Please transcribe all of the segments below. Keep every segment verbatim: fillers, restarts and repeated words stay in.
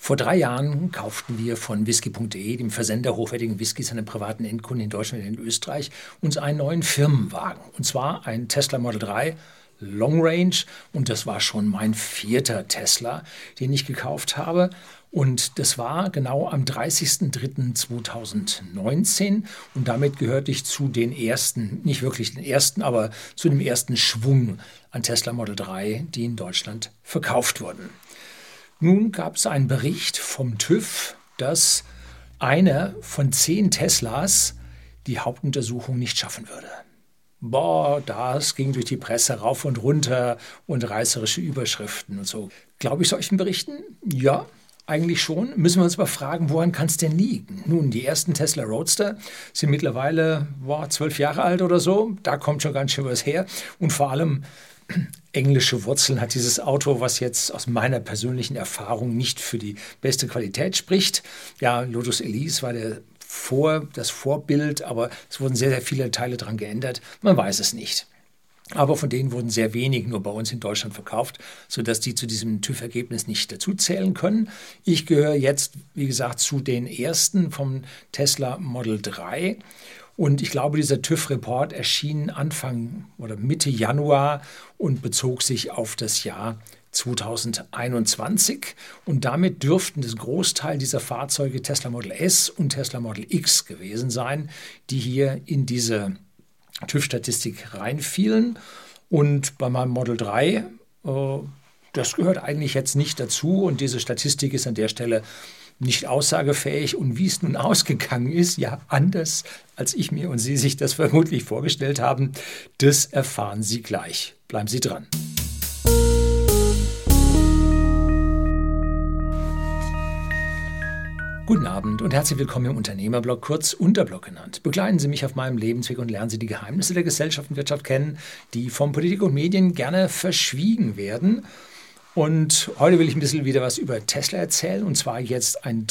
Vor drei Jahren kauften wir von whisky punkt de, dem Versender hochwertigen Whiskys an den privaten Endkunden in Deutschland und in Österreich, uns einen neuen Firmenwagen. Und zwar ein Tesla Model drei Long Range. Und das war schon mein vierter Tesla, den ich gekauft habe. Und das war genau am dreißigsten dritten zweitausendneunzehn. Und damit gehörte ich zu den ersten, nicht wirklich den ersten, aber zu dem ersten Schwung an Tesla Model drei, die in Deutschland verkauft wurden. Nun gab es einen Bericht vom TÜV, dass einer von zehn Teslas die Hauptuntersuchung nicht schaffen würde. Boah, das ging durch die Presse rauf und runter und reißerische Überschriften und so. Glaube ich solchen Berichten? Ja, eigentlich schon. Müssen wir uns aber fragen, woran kann es denn liegen? Nun, die ersten Tesla Roadster sind mittlerweile boah, zwölf Jahre alt oder so. Da kommt schon ganz schön was her. Und vor allem englische Wurzeln hat dieses Auto, was jetzt aus meiner persönlichen Erfahrung nicht für die beste Qualität spricht. Ja, Lotus Elise war der Vor, das Vorbild, aber es wurden sehr, sehr viele Teile dran geändert. Man weiß es nicht. Aber von denen wurden sehr wenig nur bei uns in Deutschland verkauft, sodass die zu diesem TÜV-Ergebnis nicht dazuzählen können. Ich gehöre jetzt, wie gesagt, zu den ersten vom Tesla Model drei. Und ich glaube, dieser TÜV-Report erschien Anfang oder Mitte Januar und bezog sich auf das Jahr zweitausendeinundzwanzig. Und damit dürften das Großteil dieser Fahrzeuge Tesla Model S und Tesla Model X gewesen sein, die hier in diese TÜV-Statistik reinfielen. Und bei meinem Model drei, äh, das gehört eigentlich jetzt nicht dazu. Und diese Statistik ist an der Stelle nicht aussagefähig. Und wie es nun ausgegangen ist, ja, anders als ich mir und Sie sich das vermutlich vorgestellt haben, das erfahren Sie gleich. Bleiben Sie dran. Guten Abend und herzlich willkommen im Unternehmerblog, kurz Unterblog genannt. Begleiten Sie mich auf meinem Lebensweg und lernen Sie die Geheimnisse der Gesellschaft und Wirtschaft kennen, die von Politik und Medien gerne verschwiegen werden. Und heute will ich ein bisschen wieder was über Tesla erzählen, und zwar jetzt ein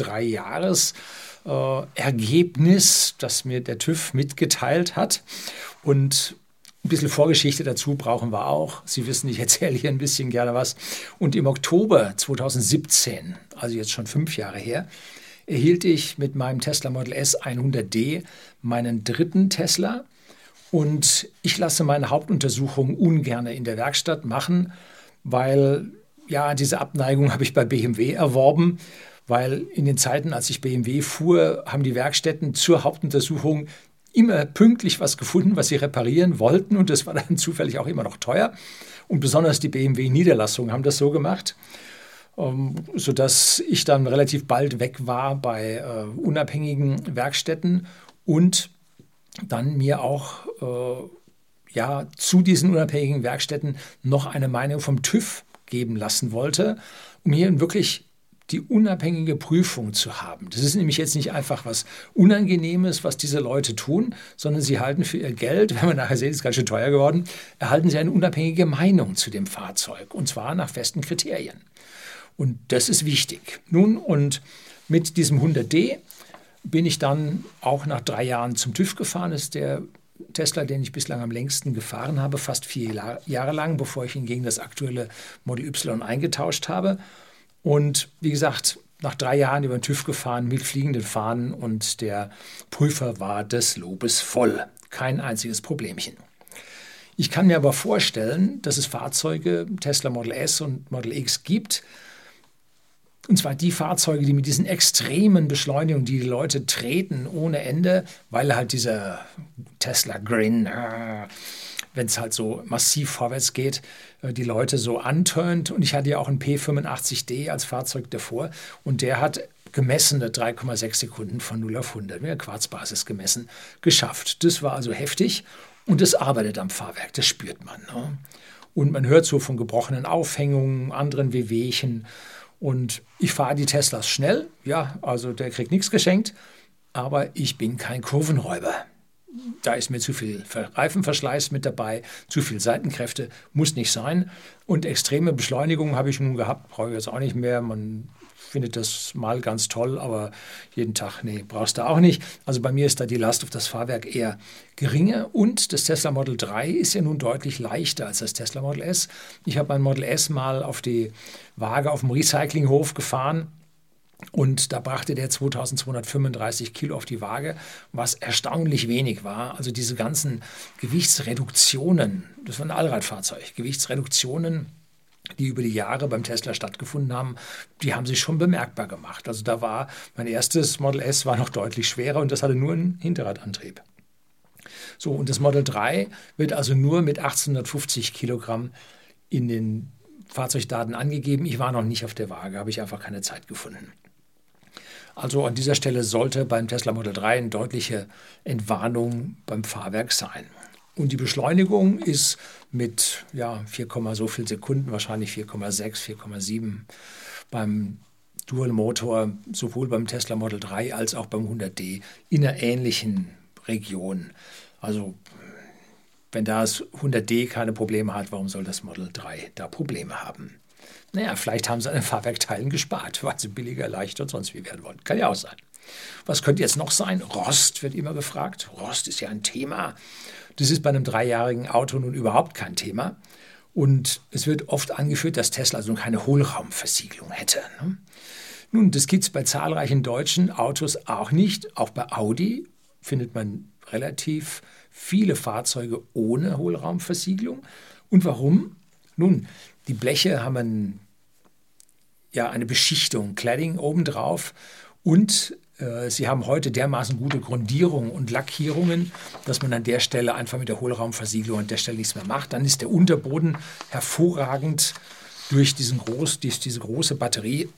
Drei-Jahres-Ergebnis, das mir der TÜV mitgeteilt hat. Und ein bisschen Vorgeschichte dazu brauchen wir auch. Sie wissen, ich erzähle hier ein bisschen gerne was. Und im Oktober zweitausendsiebzehn, also jetzt schon fünf Jahre her, erhielt ich mit meinem Tesla Model S hundert D meinen dritten Tesla. Und ich lasse meine Hauptuntersuchung ungern in der Werkstatt machen, weil ja, diese Abneigung habe ich bei B M W erworben, weil in den Zeiten, als ich B M W fuhr, haben die Werkstätten zur Hauptuntersuchung immer pünktlich was gefunden, was sie reparieren wollten, und das war dann zufällig auch immer noch teuer. Und besonders die B M W-Niederlassungen haben das so gemacht, ähm, sodass ich dann relativ bald weg war bei äh, unabhängigen Werkstätten und dann mir auch äh, ja, zu diesen unabhängigen Werkstätten noch eine Meinung vom TÜV geben lassen wollte, um hier wirklich die unabhängige Prüfung zu haben. Das ist nämlich jetzt nicht einfach was Unangenehmes, was diese Leute tun, sondern sie halten für ihr Geld, wenn man nachher sieht, ist ganz schön teuer geworden, erhalten sie eine unabhängige Meinung zu dem Fahrzeug, und zwar nach festen Kriterien. Und das ist wichtig. Nun, und mit diesem hundert D bin ich dann auch nach drei Jahren zum TÜV gefahren. Das ist der Tesla, den ich bislang am längsten gefahren habe, fast vier Jahre lang, bevor ich ihn gegen das aktuelle Model Y eingetauscht habe. Und wie gesagt, nach drei Jahren über den TÜV gefahren mit fliegenden Fahnen, und der Prüfer war des Lobes voll. Kein einziges Problemchen. Ich kann mir aber vorstellen, dass es Fahrzeuge, Tesla Model S und Model X gibt, und zwar die Fahrzeuge, die mit diesen extremen Beschleunigungen, die die Leute treten ohne Ende, weil halt dieser Tesla Grin, wenn es halt so massiv vorwärts geht, die Leute so antönt. Und ich hatte ja auch einen P fünfundachtzig D als Fahrzeug davor, und der hat gemessene drei Komma sechs Sekunden von null auf hundert, mit der Quarzbasis gemessen, geschafft. Das war also heftig, und das arbeitet am Fahrwerk, das spürt man. Ne? Und man hört so von gebrochenen Aufhängungen, anderen Wehwehchen. Und ich fahre die Teslas schnell, ja, also der kriegt nichts geschenkt, aber ich bin kein Kurvenräuber. Da ist mir zu viel Reifenverschleiß mit dabei, zu viel Seitenkräfte, muss nicht sein. Und extreme Beschleunigungen habe ich nun gehabt, brauche ich jetzt auch nicht mehr. Man findet das mal ganz toll, aber jeden Tag, nee, brauchst du auch nicht. Also bei mir ist da die Last auf das Fahrwerk eher geringer, und das Tesla Model drei ist ja nun deutlich leichter als das Tesla Model S. Ich habe mein Model S mal auf die Waage auf dem Recyclinghof gefahren, Und da brachte der zweitausendzweihundertfünfunddreißig Kilo auf die Waage, was erstaunlich wenig war. Also diese ganzen Gewichtsreduktionen, das war ein Allradfahrzeug, Gewichtsreduktionen, die über die Jahre beim Tesla stattgefunden haben, die haben sich schon bemerkbar gemacht. Also da war mein erstes Model S war noch deutlich schwerer und das hatte nur einen Hinterradantrieb. So, und das Model drei wird also nur mit achtzehnhundertfünfzig Kilogramm in den Fahrzeugdaten angegeben. Ich war noch nicht auf der Waage, habe ich einfach keine Zeit gefunden. Also an dieser Stelle sollte beim Tesla Model drei eine deutliche Entwarnung beim Fahrwerk sein. Und die Beschleunigung ist mit ja, vier, so viel Sekunden, wahrscheinlich vier Komma sechs, vier Komma sieben beim Dual-Motor, sowohl beim Tesla Model drei als auch beim hundert D in einer ähnlichen Region. Also wenn das hundert D keine Probleme hat, warum soll das Model drei da Probleme haben? Naja, vielleicht haben sie an den Fahrwerkteilen gespart, weil sie billiger, leichter und sonst wie werden wollen. Kann ja auch sein. Was könnte jetzt noch sein? Rost wird immer gefragt. Rost ist ja ein Thema. Das ist bei einem dreijährigen Auto nun überhaupt kein Thema. Und es wird oft angeführt, dass Tesla also keine Hohlraumversiegelung hätte. Nun, das gibt es bei zahlreichen deutschen Autos auch nicht. Auch bei Audi findet man relativ viele Fahrzeuge ohne Hohlraumversiegelung. Und warum? Nun, die Bleche haben ein, ja, eine Beschichtung, Cladding obendrauf und äh, sie haben heute dermaßen gute Grundierung und Lackierungen, dass man an der Stelle einfach mit der Hohlraumversiegelung an der Stelle nichts mehr macht. Dann ist der Unterboden hervorragend durch diesen groß, durch diese große Batterie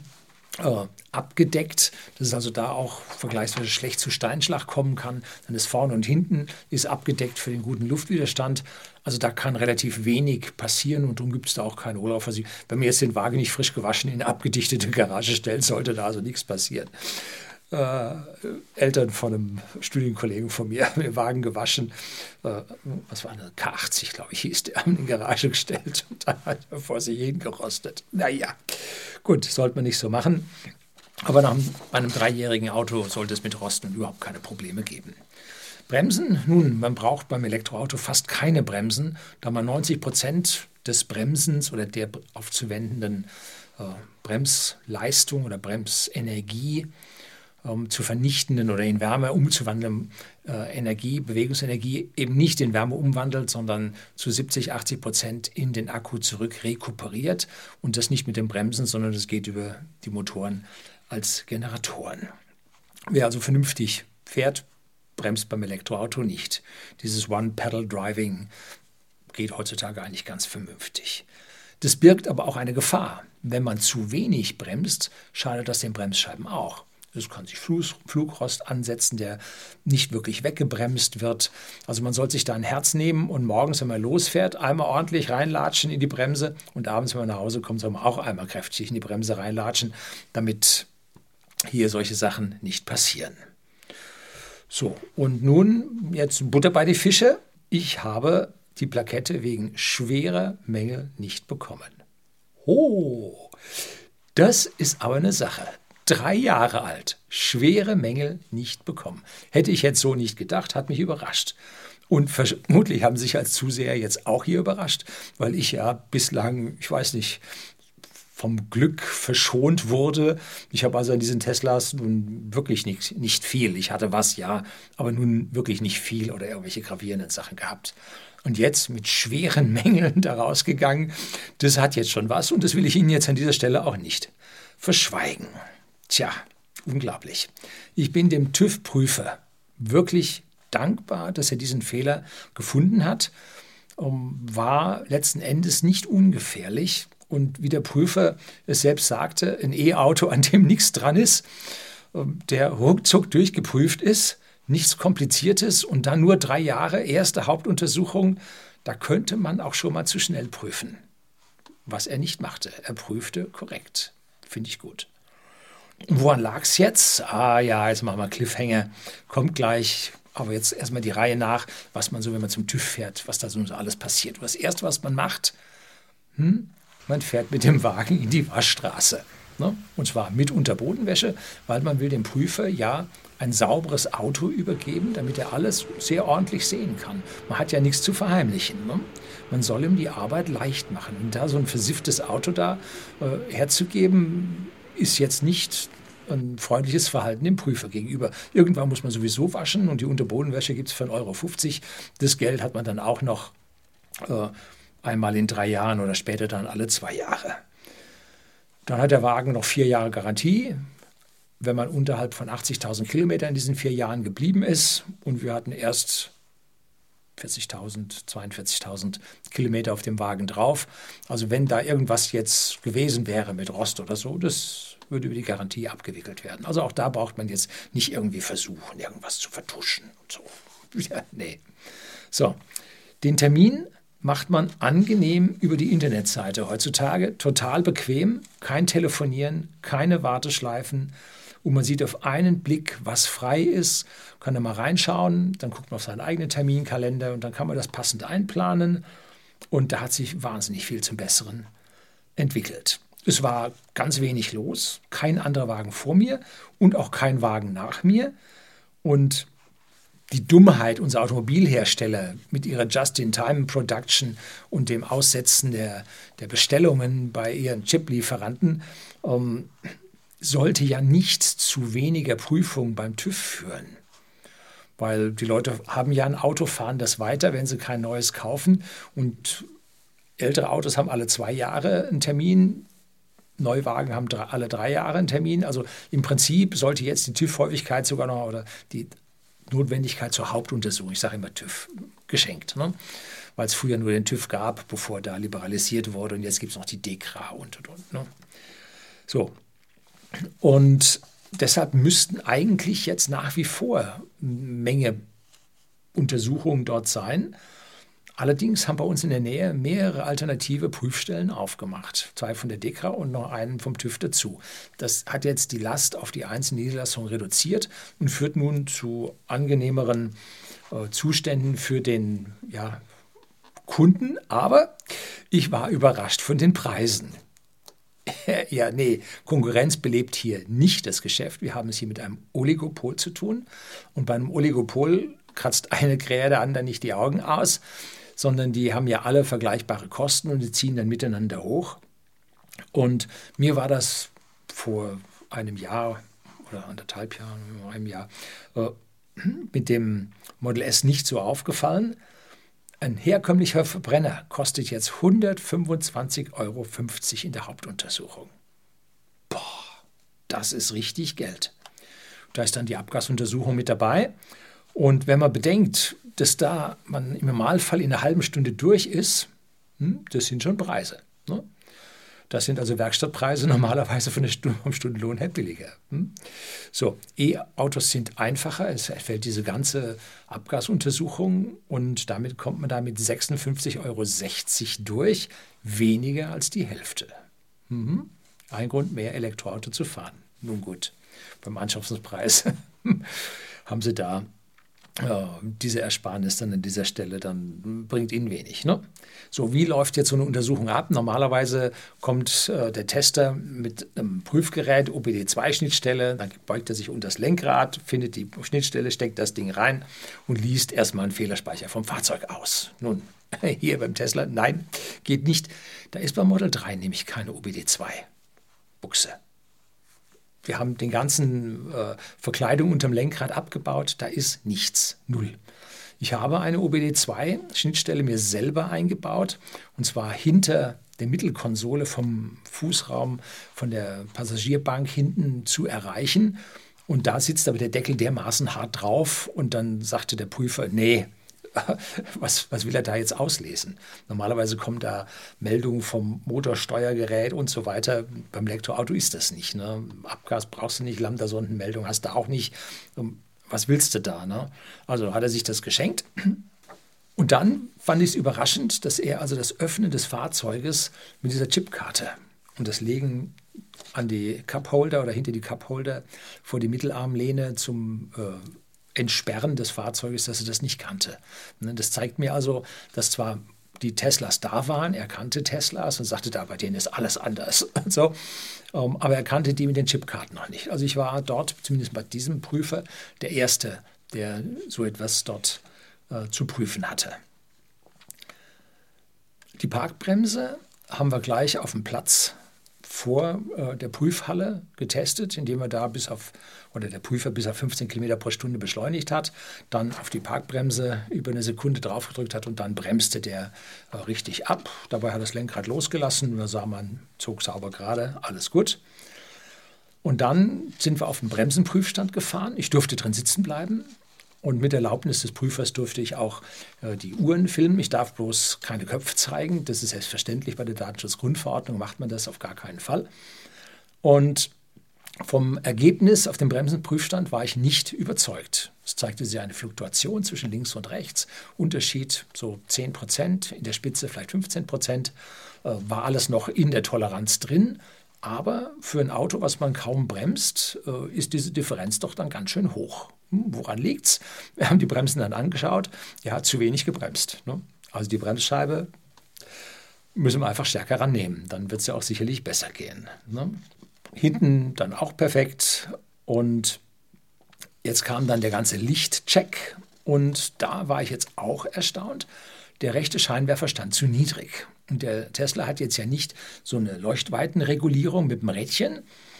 Äh, abgedeckt, dass es also da auch vergleichsweise schlecht zu Steinschlag kommen kann. Dann ist vorne und hinten ist abgedeckt für den guten Luftwiderstand. Also da kann relativ wenig passieren und darum gibt es da auch keine Hohlraumversiegelung. Wenn man jetzt den Wagen nicht frisch gewaschen in eine abgedichtete Garage stellt, sollte da also nichts passieren. Äh, Eltern von einem Studienkollegen von mir haben den Wagen gewaschen. Äh, was war eine K achtzig, glaube ich, hieß der, haben in die Garage gestellt und dann hat er vor sich hin gerostet. Naja, gut, sollte man nicht so machen. Aber nach einem, bei einem dreijährigen Auto sollte es mit Rosten überhaupt keine Probleme geben. Bremsen? Nun, man braucht beim Elektroauto fast keine Bremsen, da man neunzig Prozent des Bremsens oder der aufzuwendenden äh, Bremsleistung oder Bremsenergie um, zu vernichtenden oder in Wärme umzuwandelnden äh, Energie, Bewegungsenergie eben nicht in Wärme umwandelt, sondern zu siebzig, achtzig Prozent in den Akku zurück rekuperiert. Und das nicht mit den Bremsen, sondern das geht über die Motoren als Generatoren. Wer also vernünftig fährt, bremst beim Elektroauto nicht. Dieses One-Pedal-Driving geht heutzutage eigentlich ganz vernünftig. Das birgt aber auch eine Gefahr. Wenn man zu wenig bremst, schadet das den Bremsscheiben auch. Es kann sich Flugrost ansetzen, der nicht wirklich weggebremst wird. Also man sollte sich da ein Herz nehmen und morgens, wenn man losfährt, einmal ordentlich reinlatschen in die Bremse und abends, wenn man nach Hause kommt, soll man auch einmal kräftig in die Bremse reinlatschen, damit hier solche Sachen nicht passieren. So, und nun jetzt Butter bei die Fische. Ich habe die Plakette wegen schwerer Mängel nicht bekommen. Oh, das ist aber eine Sache. Drei Jahre alt, schwere Mängel nicht bekommen. Hätte ich jetzt so nicht gedacht, hat mich überrascht. Und vermutlich haben sich als Zuseher jetzt auch hier überrascht, weil ich ja bislang, ich weiß nicht, vom Glück verschont wurde. Ich habe also an diesen Teslas nun wirklich nicht, nicht viel. Ich hatte was, ja, aber nun wirklich nicht viel oder irgendwelche gravierenden Sachen gehabt. Und jetzt mit schweren Mängeln da rausgegangen, das hat jetzt schon was und das will ich Ihnen jetzt an dieser Stelle auch nicht verschweigen. Tja, unglaublich. Ich bin dem TÜV-Prüfer wirklich dankbar, dass er diesen Fehler gefunden hat. War letzten Endes nicht ungefährlich. Und wie der Prüfer es selbst sagte, ein E-Auto, an dem nichts dran ist, der ruckzuck durchgeprüft ist, nichts Kompliziertes und dann nur drei Jahre erste Hauptuntersuchung, da könnte man auch schon mal zu schnell prüfen. Was er nicht machte. Er prüfte korrekt. Finde ich gut. Woran lag es jetzt? Ah ja, jetzt machen wir Cliffhanger. Kommt gleich. Aber jetzt erstmal die Reihe nach, was man so, wenn man zum TÜV fährt, was da so alles passiert. Das Erste, was man macht, hm, man fährt mit dem Wagen in die Waschstraße. Ne? Und zwar mit Unterbodenwäsche, weil man will dem Prüfer ja ein sauberes Auto übergeben, damit er alles sehr ordentlich sehen kann. Man hat ja nichts zu verheimlichen. Ne? Man soll ihm die Arbeit leicht machen. Und da so ein versifftes Auto da äh, herzugeben, ist jetzt nicht ein freundliches Verhalten dem Prüfer gegenüber. Irgendwann muss man sowieso waschen und die Unterbodenwäsche gibt es für einen Euro fünfzig. Das Geld hat man dann auch noch äh, einmal in drei Jahren oder später dann alle zwei Jahre. Dann hat der Wagen noch vier Jahre Garantie, wenn man unterhalb von achtzigtausend Kilometer in diesen vier Jahren geblieben ist. Und wir hatten erst vierzigtausend, zweiundvierzigtausend Kilometer auf dem Wagen drauf. Also wenn da irgendwas jetzt gewesen wäre mit Rost oder so, das würde über die Garantie abgewickelt werden. Also auch da braucht man jetzt nicht irgendwie versuchen, irgendwas zu vertuschen und so. Ja, nee. So, den Termin macht man angenehm über die Internetseite heutzutage. Total bequem, kein Telefonieren, keine Warteschleifen. Und man sieht auf einen Blick, was frei ist, kann da mal reinschauen, dann guckt man auf seinen eigenen Terminkalender und dann kann man das passend einplanen. Und da hat sich wahnsinnig viel zum Besseren entwickelt. Es war ganz wenig los, kein anderer Wagen vor mir und auch kein Wagen nach mir. Und die Dummheit unserer Automobilhersteller mit ihrer Just-in-Time-Production und dem Aussetzen der, der Bestellungen bei ihren Chip-Lieferanten ähm, sollte ja nicht zu weniger Prüfung beim TÜV führen. Weil die Leute haben ja ein Auto, fahren das weiter, wenn sie kein neues kaufen. Und ältere Autos haben alle zwei Jahre einen Termin. Neuwagen haben drei, alle drei Jahre einen Termin. Also im Prinzip sollte jetzt die TÜV-Häufigkeit sogar noch oder die Notwendigkeit zur Hauptuntersuchung, ich sage immer TÜV, geschenkt. Ne? Weil es früher nur den TÜV gab, bevor da liberalisiert wurde. Und jetzt gibt es noch die DEKRA und, und, und. Ne? So. Und deshalb müssten eigentlich jetzt nach wie vor eine Menge Untersuchungen dort sein. Allerdings haben bei uns in der Nähe mehrere alternative Prüfstellen aufgemacht. Zwei von der DEKRA und noch einen vom TÜV dazu. Das hat jetzt die Last auf die einzelnen Niederlassungen reduziert und führt nun zu angenehmeren äh, Zuständen für den ja, Kunden. Aber ich war überrascht von den Preisen. Ja, nee, Konkurrenz belebt hier nicht das Geschäft. Wir haben es hier mit einem Oligopol zu tun. Und bei einem Oligopol kratzt eine Krähe der anderen nicht die Augen aus, sondern die haben ja alle vergleichbare Kosten und die ziehen dann miteinander hoch. Und mir war das vor einem Jahr oder anderthalb Jahren, einem Jahr, äh, mit dem Model S nicht so aufgefallen. Ein herkömmlicher Verbrenner kostet jetzt hundertfünfundzwanzig Euro fünfzig in der Hauptuntersuchung. Boah, das ist richtig Geld. Da ist dann die Abgasuntersuchung mit dabei. Und wenn man bedenkt, dass da man im Normalfall in einer halben Stunde durch ist, das sind schon Preise. Ne? Das sind also Werkstattpreise normalerweise von der Stunde, vom Stundenlohn her billiger. So, E-Autos sind einfacher, es fällt diese ganze Abgasuntersuchung und damit kommt man da mit sechsundfünfzig Euro sechzig durch, weniger als die Hälfte. Mhm. Ein Grund mehr, Elektroauto zu fahren. Nun gut, beim Anschaffungspreis haben sie da ja, diese Ersparnis dann an dieser Stelle, dann bringt ihnen wenig. Ne? So, wie läuft jetzt so eine Untersuchung ab? Normalerweise kommt äh, der Tester mit einem Prüfgerät, O B D zwei Schnittstelle, dann beugt er sich unter das Lenkrad, findet die Schnittstelle, steckt das Ding rein und liest erstmal einen Fehlerspeicher vom Fahrzeug aus. Nun, hier beim Tesla, nein, geht nicht. Da ist beim Model drei nämlich keine O B D zwei Buchse. Wir haben den ganzen äh, Verkleidung unterm Lenkrad abgebaut, da ist nichts, null. Ich habe eine O B D zwei Schnittstelle mir selber eingebaut und zwar hinter der Mittelkonsole vom Fußraum von der Passagierbank hinten zu erreichen. Und da sitzt aber der Deckel dermaßen hart drauf und dann sagte der Prüfer, nee, Was, was will er da jetzt auslesen? Normalerweise kommen da Meldungen vom Motorsteuergerät und so weiter. Beim Elektroauto ist das nicht. Ne? Abgas brauchst du nicht, Lambda-Sondenmeldung hast du auch nicht. Was willst du da? Ne? Also hat er sich das geschenkt. Und dann fand ich es überraschend, dass er also das Öffnen des Fahrzeuges mit dieser Chipkarte und das Legen an die Cupholder oder hinter die Cupholder vor die Mittelarmlehne zum äh, Entsperren des Fahrzeuges, dass er das nicht kannte. Das zeigt mir also, dass zwar die Teslas da waren, er kannte Teslas und sagte, da bei denen ist alles anders. So, aber er kannte die mit den Chipkarten noch nicht. Also ich war dort, zumindest bei diesem Prüfer, der Erste, der so etwas dort äh, zu prüfen hatte. Die Parkbremse haben wir gleich auf dem Platz vor äh, der Prüfhalle getestet, indem er da bis auf, oder der Prüfer bis auf fünfzehn Kilometer pro Stunde beschleunigt hat, dann auf die Parkbremse über eine Sekunde draufgedrückt hat und dann bremste der äh, richtig ab. Dabei hat das Lenkrad losgelassen, da sah man, zog sauber gerade, alles gut. Und dann sind wir auf den Bremsenprüfstand gefahren. Ich durfte drin sitzen bleiben. Und mit Erlaubnis des Prüfers durfte ich auch äh, die Uhren filmen. Ich darf bloß keine Köpfe zeigen. Das ist selbstverständlich. Bei der Datenschutzgrundverordnung macht man das auf gar keinen Fall. Und vom Ergebnis auf dem Bremsenprüfstand war ich nicht überzeugt. Es zeigte sich eine Fluktuation zwischen links und rechts. Unterschied so zehn Prozent, in der Spitze vielleicht fünfzehn Prozent. Äh, war alles noch in der Toleranz drin. Aber für ein Auto, was man kaum bremst, äh, ist diese Differenz doch dann ganz schön hoch. Woran liegt's? Wir haben die Bremsen dann angeschaut. Er hat zu wenig gebremst. Ne? Also die Bremsscheibe müssen wir einfach stärker rannehmen. Dann wird es ja auch sicherlich besser gehen. Ne? Hinten dann auch perfekt. Und jetzt kam dann der ganze Lichtcheck. Und da war ich jetzt auch erstaunt. Der rechte Scheinwerfer stand zu niedrig. Und der Tesla hat jetzt ja nicht so eine Leuchtweitenregulierung mit dem Rädchen.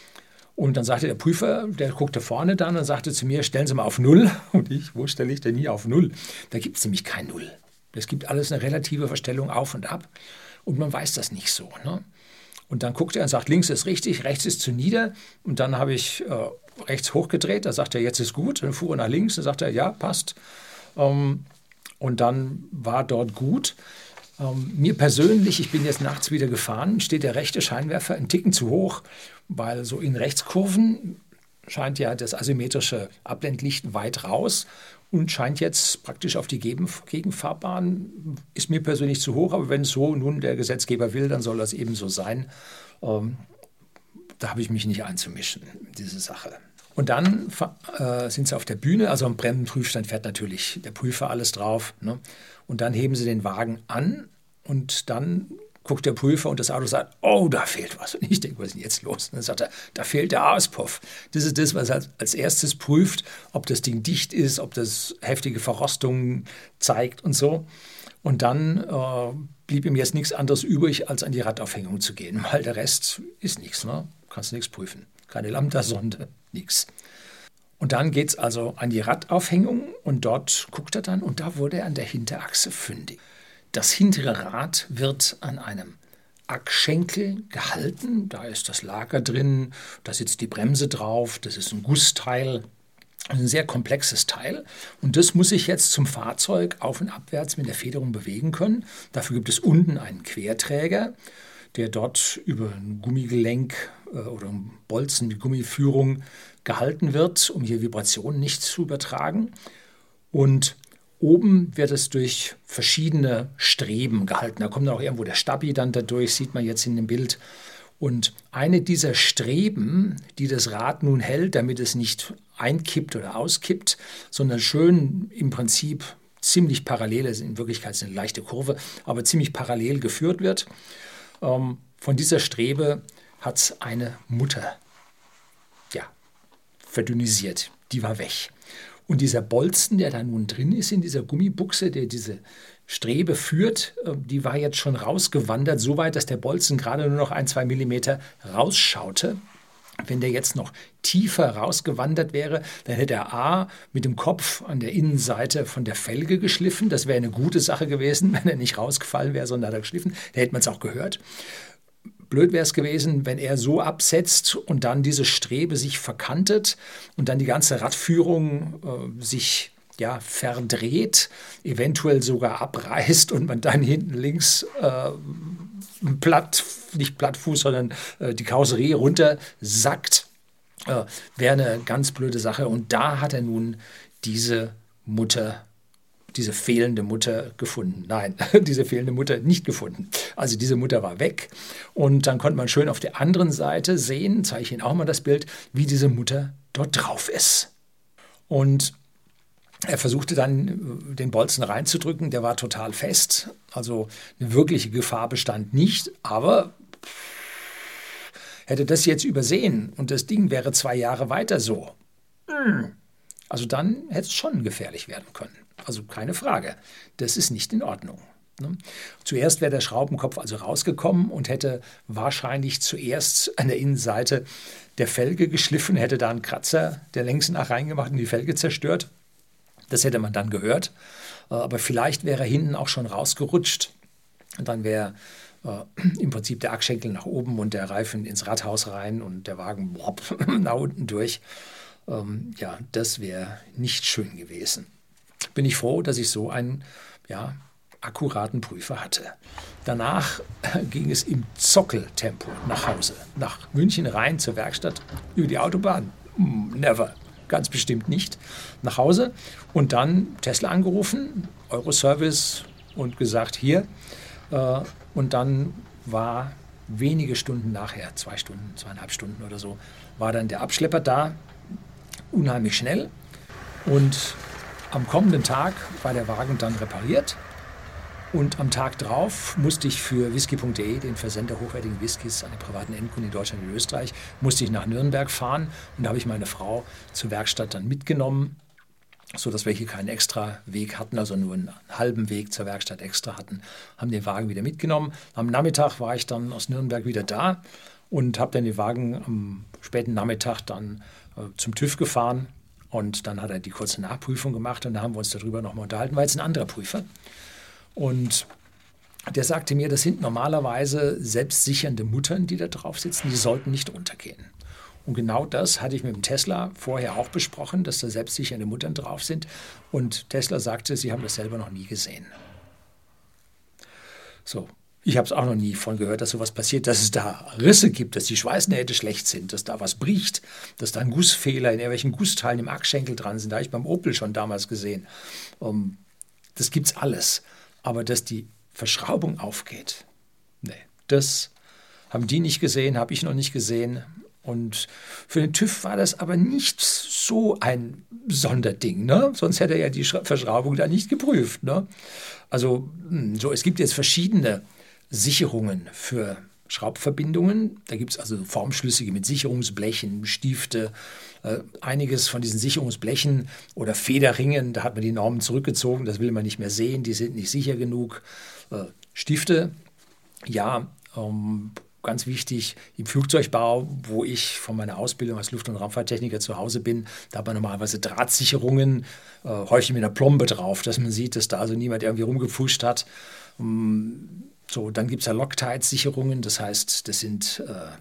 Und dann sagte der Prüfer, der guckte vorne dann und sagte zu mir, stellen Sie mal auf Null. Und ich, wo stelle ich denn nie auf Null? Da gibt es nämlich kein Null. Es gibt alles eine relative Verstellung auf und ab. Und man weiß das nicht so. Ne? Und dann guckt er und sagt, links ist richtig, rechts ist zu nieder. Und dann habe ich äh, rechts hochgedreht. Da sagt er, jetzt ist gut. Dann fuhr er nach links. Dann sagt er, ja, passt. Ähm, und dann war dort gut. Ähm, mir persönlich, ich bin jetzt nachts wieder gefahren, steht der rechte Scheinwerfer einen Ticken zu hoch, weil so in Rechtskurven scheint ja das asymmetrische Abblendlicht weit raus und scheint jetzt praktisch auf die Gegenfahrbahn. Ist mir persönlich zu hoch, aber wenn so nun der Gesetzgeber will, dann soll das eben so sein. Ähm, da habe ich mich nicht einzumischen, diese Sache. Und dann äh, sind sie auf der Bühne, also am Bremsenprüfstand fährt natürlich der Prüfer alles drauf. Ne? Und dann heben sie den Wagen an und dann guckt der Prüfer und das Auto sagt, oh, da fehlt was. Und ich denke, was ist denn jetzt los? Und dann sagt er, da fehlt der Auspuff. Das ist das, was er als erstes prüft, ob das Ding dicht ist, ob das heftige Verrostungen zeigt und so. Und dann äh, blieb ihm jetzt nichts anderes übrig, als an die Radaufhängung zu gehen, weil der Rest ist nichts, ne? Kannst nichts prüfen. Keine Lambda-Sonde, nichts. Und dann geht es also an die Radaufhängung und dort guckt er dann und da wurde er an der Hinterachse fündig. Das hintere Rad wird an einem Achsschenkel gehalten, da ist das Lager drin, da sitzt die Bremse drauf, das ist ein Gussteil, ein sehr komplexes Teil und das muss sich jetzt zum Fahrzeug auf- und abwärts mit der Federung bewegen können. Dafür gibt es unten einen Querträger, der dort über ein Gummigelenk äh, oder ein Bolzen mit Gummiführung gehalten wird, um hier Vibrationen nicht zu übertragen. Und oben wird es durch verschiedene Streben gehalten. Da kommt dann auch irgendwo der Stabi dann dadurch, sieht man jetzt in dem Bild. Und eine dieser Streben, die das Rad nun hält, damit es nicht einkippt oder auskippt, sondern schön im Prinzip ziemlich parallel, also in Wirklichkeit ist es eine leichte Kurve, aber ziemlich parallel geführt wird. Ähm, von dieser Strebe hat es eine Mutter ja, verdünnisiert. Die war weg. Und dieser Bolzen, der da nun drin ist in dieser Gummibuchse, der diese Strebe führt, die war jetzt schon rausgewandert, so weit, dass der Bolzen gerade nur noch ein, zwei Millimeter rausschaute. Wenn der jetzt noch tiefer rausgewandert wäre, dann hätte er A mit dem Kopf an der Innenseite von der Felge geschliffen. Das wäre eine gute Sache gewesen, wenn er nicht rausgefallen wäre, sondern hat er geschliffen. Da hätte man es auch gehört. Blöd wäre es gewesen, wenn er so absetzt und dann diese Strebe sich verkantet und dann die ganze Radführung äh, sich ja, verdreht, eventuell sogar abreißt und man dann hinten links äh, platt, nicht Plattfuß, sondern äh, die Karosserie runtersackt, äh, wäre eine ganz blöde Sache. Und da hat er nun diese Mutter, diese fehlende Mutter gefunden. Nein, diese fehlende Mutter nicht gefunden. Also diese Mutter war weg und dann konnte man schön auf der anderen Seite sehen, zeige ich Ihnen auch mal das Bild, wie diese Mutter dort drauf ist. Und er versuchte dann, den Bolzen reinzudrücken, der war total fest. Also eine wirkliche Gefahr bestand nicht, aber hätte das jetzt übersehen und das Ding wäre zwei Jahre weiter so, also dann hätte es schon gefährlich werden können. Also keine Frage, das ist nicht in Ordnung. Ne? Zuerst wäre der Schraubenkopf also rausgekommen und hätte wahrscheinlich zuerst an der Innenseite der Felge geschliffen, hätte da einen Kratzer der längs nach reingemacht und die Felge zerstört. Das hätte man dann gehört. Aber vielleicht wäre er hinten auch schon rausgerutscht. Und dann wäre äh, im Prinzip der Achsschenkel nach oben und der Reifen ins Radhaus rein und der Wagen bopp, nach unten durch. Ähm, ja, das wäre nicht schön gewesen. Bin ich froh, dass ich so einen ja, akkuraten Prüfer hatte. Danach ging es im Zockeltempo nach Hause. Nach München rein zur Werkstatt über die Autobahn. Never. Ganz bestimmt nicht. Nach Hause und dann Tesla angerufen, Euroservice und gesagt, hier. Äh, und dann war wenige Stunden nachher, zwei Stunden, zweieinhalb Stunden oder so, war dann der Abschlepper da, unheimlich schnell. Und am kommenden Tag war der Wagen dann repariert. Und am Tag drauf musste ich für whisky punkt de, den Versender hochwertigen Whiskys an die privaten Endkunden in Deutschland und Österreich, musste ich nach Nürnberg fahren. Und da habe ich meine Frau zur Werkstatt dann mitgenommen, sodass wir hier keinen extra Weg hatten, also nur einen halben Weg zur Werkstatt extra hatten, haben den Wagen wieder mitgenommen. Am Nachmittag war ich dann aus Nürnberg wieder da und habe dann den Wagen am späten Nachmittag dann äh, zum TÜV gefahren. Und dann hat er die kurze Nachprüfung gemacht und da haben wir uns darüber nochmal unterhalten, war jetzt ein anderer Prüfer. Und der sagte mir, das sind normalerweise selbstsichernde Muttern, die da drauf sitzen, die sollten nicht untergehen. Und genau das hatte ich mit dem Tesla vorher auch besprochen, dass da selbstsichernde Muttern drauf sind. Und Tesla sagte, sie haben das selber noch nie gesehen. So, ich habe es auch noch nie von gehört, dass sowas passiert, dass es da Risse gibt, dass die Schweißnähte schlecht sind, dass da was bricht, dass da ein Gussfehler in irgendwelchen Gussteilen im Achsschenkel dran sind. Da habe ich beim Opel schon damals gesehen. Um, das gibt's alles. Aber dass die Verschraubung aufgeht, nee, das haben die nicht gesehen, habe ich noch nicht gesehen. Und für den TÜV war das aber nicht so ein Sonderding, ne? Sonst hätte er ja die Verschraubung da nicht geprüft, ne? Also so, es gibt jetzt verschiedene Sicherungen für Schraubverbindungen. Da gibt es also formschlüssige mit Sicherungsblechen, Stifte, äh, einiges von diesen Sicherungsblechen oder Federringen, da hat man die Normen zurückgezogen, das will man nicht mehr sehen, die sind nicht sicher genug. Äh, Stifte, ja, ähm, ganz wichtig, im Flugzeugbau, wo ich von meiner Ausbildung als Luft- und Raumfahrttechniker zu Hause bin, da hat man normalerweise Drahtsicherungen, äh, häufig mit einer Plombe drauf, dass man sieht, dass da also niemand irgendwie rumgepfuscht hat. Ähm, So, dann gibt es ja Loctite-Sicherungen, das heißt, das sind äh,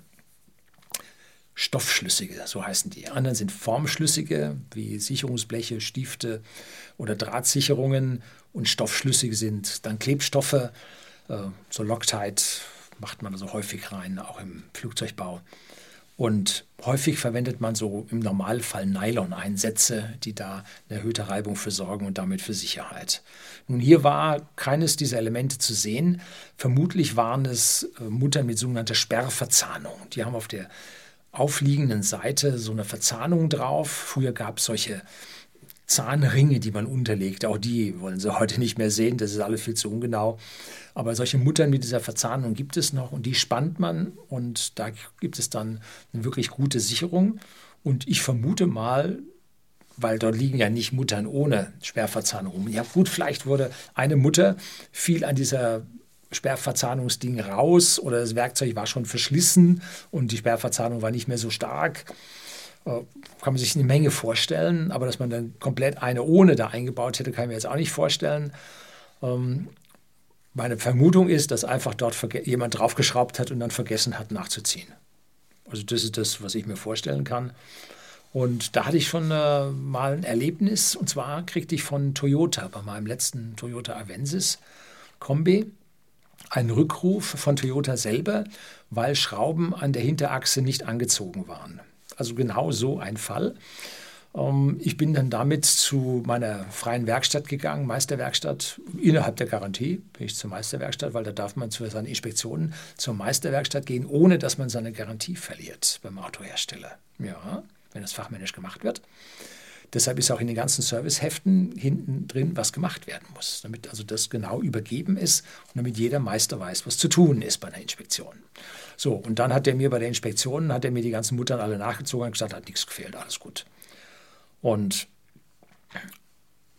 stoffschlüssige, so heißen die. Anderen sind formschlüssige, wie Sicherungsbleche, Stifte oder Drahtsicherungen, und stoffschlüssige sind dann Klebstoffe, äh, so Loctite macht man also häufig rein, auch im Flugzeugbau. Und häufig verwendet man so im Normalfall Nylon-Einsätze, die da eine erhöhte Reibung für sorgen und damit für Sicherheit. Nun, hier war keines dieser Elemente zu sehen. Vermutlich waren es äh, Muttern mit sogenannter Sperrverzahnung. Die haben auf der aufliegenden Seite so eine Verzahnung drauf. Früher gab es solche Zahnringe, die man unterlegt. Auch die wollen Sie heute nicht mehr sehen, das ist alles viel zu ungenau. Aber solche Muttern mit dieser Verzahnung gibt es noch und die spannt man und da gibt es dann eine wirklich gute Sicherung. Und ich vermute mal, weil dort liegen ja nicht Muttern ohne Sperrverzahnung rum. Ja gut, vielleicht wurde eine Mutter, fiel an dieser Sperrverzahnungsding raus oder das Werkzeug war schon verschlissen und die Sperrverzahnung war nicht mehr so stark. Kann man sich eine Menge vorstellen, aber dass man dann komplett eine ohne da eingebaut hätte, kann ich mir jetzt auch nicht vorstellen. Ähm, meine Vermutung ist, dass einfach dort jemand draufgeschraubt hat und dann vergessen hat nachzuziehen. Also das ist das, was ich mir vorstellen kann. Und da hatte ich schon äh, mal ein Erlebnis, und zwar kriegte ich von Toyota bei meinem letzten Toyota Avensis Kombi einen Rückruf von Toyota selber, weil Schrauben an der Hinterachse nicht angezogen waren. Also genau so ein Fall. Ähm, ich bin dann damit zu meiner freien Werkstatt gegangen, Meisterwerkstatt, innerhalb der Garantie bin ich zur Meisterwerkstatt, weil da darf man für seine Inspektionen zur Meisterwerkstatt gehen, ohne dass man seine Garantie verliert beim Autohersteller. Ja, wenn das fachmännisch gemacht wird. Deshalb ist auch in den ganzen Serviceheften hinten drin, was gemacht werden muss, damit also das genau übergeben ist und damit jeder Meister weiß, was zu tun ist bei einer Inspektion. So, und dann hat er mir bei der Inspektion, hat er mir die ganzen Muttern alle nachgezogen und gesagt, hat nichts gefehlt, alles gut. Und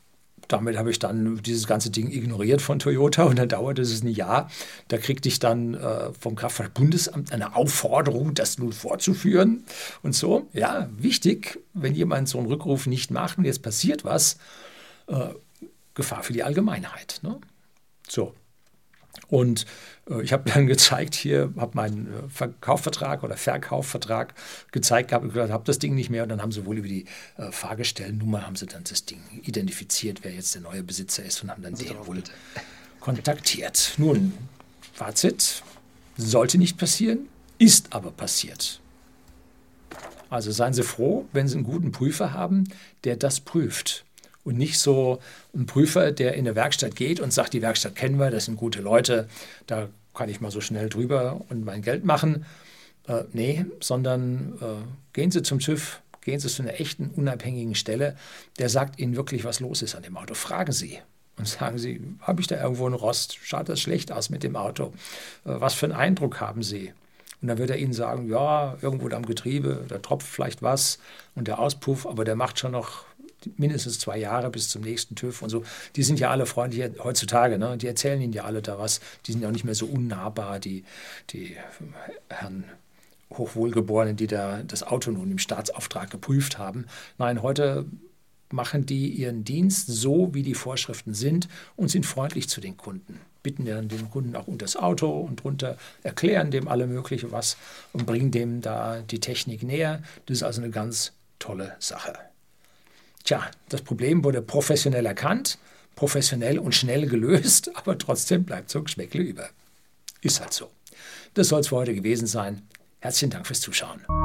damit habe ich dann dieses ganze Ding ignoriert von Toyota und dann dauerte es ein Jahr. Da kriegte ich dann äh, vom Kraftfahrtbundesamt eine Aufforderung, das nun fortzuführen und so. Ja, wichtig, wenn jemand so einen Rückruf nicht macht und jetzt passiert was, äh, Gefahr für die Allgemeinheit. Ne? So. Und äh, ich habe dann gezeigt, hier habe meinen äh, Verkaufsvertrag oder Verkaufsvertrag gezeigt gehabt und gesagt, habe das Ding nicht mehr. Und dann haben sie wohl über die äh, Fahrgestellnummer haben sie dann das Ding identifiziert, wer jetzt der neue Besitzer ist und haben dann den wohl kontaktiert. Nun, Fazit, sollte nicht passieren, ist aber passiert. Also seien Sie froh, wenn Sie einen guten Prüfer haben, der das prüft. Und nicht so ein Prüfer, der in eine Werkstatt geht und sagt, die Werkstatt kennen wir, das sind gute Leute, da kann ich mal so schnell drüber und mein Geld machen. Äh, nee, sondern äh, gehen Sie zum TÜV, gehen Sie zu einer echten, unabhängigen Stelle, der sagt Ihnen wirklich, was los ist an dem Auto. Fragen Sie und sagen Sie, habe ich da irgendwo einen Rost? Schaut das schlecht aus mit dem Auto? Äh, was für einen Eindruck haben Sie? Und dann wird er Ihnen sagen, ja, irgendwo da am Getriebe, da tropft vielleicht was und der Auspuff, aber der macht schon noch mindestens zwei Jahre bis zum nächsten TÜV und so. Die sind ja alle freundlich heutzutage, ne? Die erzählen Ihnen ja alle da was. Die sind ja auch nicht mehr so unnahbar, die, die Herren Hochwohlgeborenen, die da das Auto nun im Staatsauftrag geprüft haben. Nein, heute machen die ihren Dienst so, wie die Vorschriften sind und sind freundlich zu den Kunden. Bitten dann den Kunden auch unter das Auto und drunter, erklären dem alle mögliche was und bringen dem da die Technik näher. Das ist also eine ganz tolle Sache. Tja, das Problem wurde professionell erkannt, professionell und schnell gelöst, aber trotzdem bleibt so ein Geschmäckle über. Ist halt so. Das soll es für heute gewesen sein. Herzlichen Dank fürs Zuschauen.